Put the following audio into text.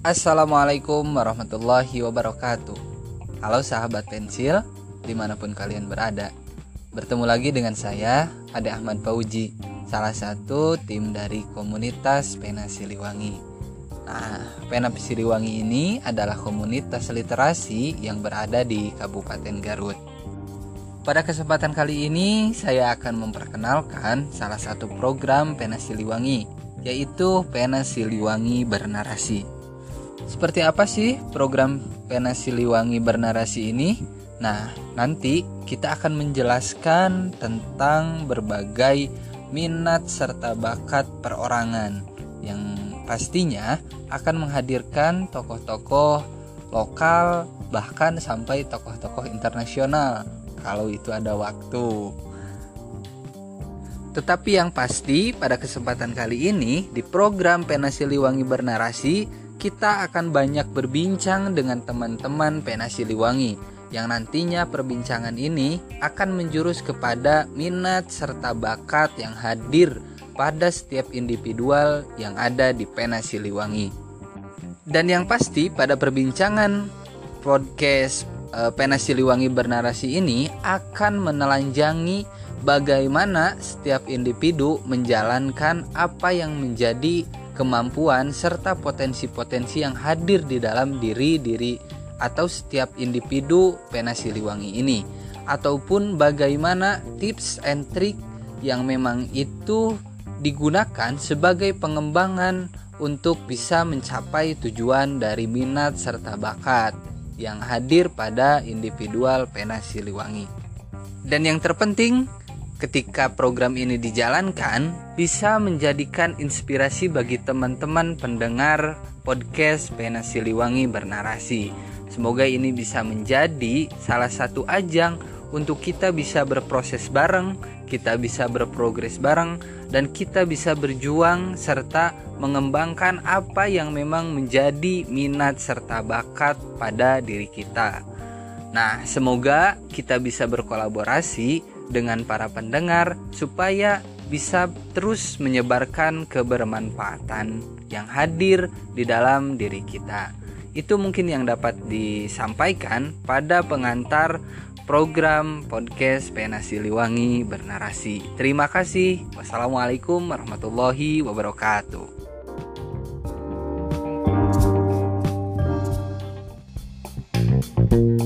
Assalamualaikum warahmatullahi wabarakatuh. Halo sahabat pensil, dimanapun kalian berada. Bertemu lagi dengan saya, Ade Ahmad Fauji, salah satu tim dari komunitas Pena Siliwangi. Nah, Pena Siliwangi ini adalah komunitas literasi yang berada di Kabupaten Garut. Pada kesempatan kali ini, saya akan memperkenalkan salah satu program Pena Siliwangi, yaitu Pena Siliwangi Bernarasi. Seperti apa sih program Pena Siliwangi Bernarasi ini? Nah, nanti kita akan menjelaskan tentang berbagai minat serta bakat perorangan yang pastinya akan menghadirkan tokoh-tokoh lokal bahkan sampai tokoh-tokoh internasional kalau itu ada waktu. Tetapi yang pasti pada kesempatan kali ini di program Pena Siliwangi Bernarasi kita akan banyak berbincang dengan teman-teman Pena Siliwangi yang nantinya perbincangan ini akan menjurus kepada minat serta bakat yang hadir pada setiap individual yang ada di Pena Siliwangi. Dan yang pasti pada perbincangan podcast Pena Siliwangi Bernarasi ini akan menelanjangi bagaimana setiap individu menjalankan apa yang menjadi kemampuan serta potensi-potensi yang hadir di dalam diri atau setiap individu Pena Siliwangi ini, ataupun bagaimana tips and trick yang memang itu digunakan sebagai pengembangan untuk bisa mencapai tujuan dari minat serta bakat yang hadir pada individual Pena Siliwangi. Dan yang terpenting, ketika program ini dijalankan, bisa menjadikan inspirasi bagi teman-teman pendengar podcast Pena Siliwangi Bernarasi. Semoga ini bisa menjadi salah satu ajang untuk kita bisa berproses bareng, kita bisa berprogres bareng, dan kita bisa berjuang serta mengembangkan apa yang memang menjadi minat serta bakat pada diri kita. Nah, semoga kita bisa berkolaborasi dengan para pendengar supaya bisa terus menyebarkan kebermanfaatan yang hadir di dalam diri kita. Itu mungkin yang dapat disampaikan pada pengantar program podcast Pena Siliwangi Bernarasi. Terima kasih. Wassalamualaikum warahmatullahi wabarakatuh.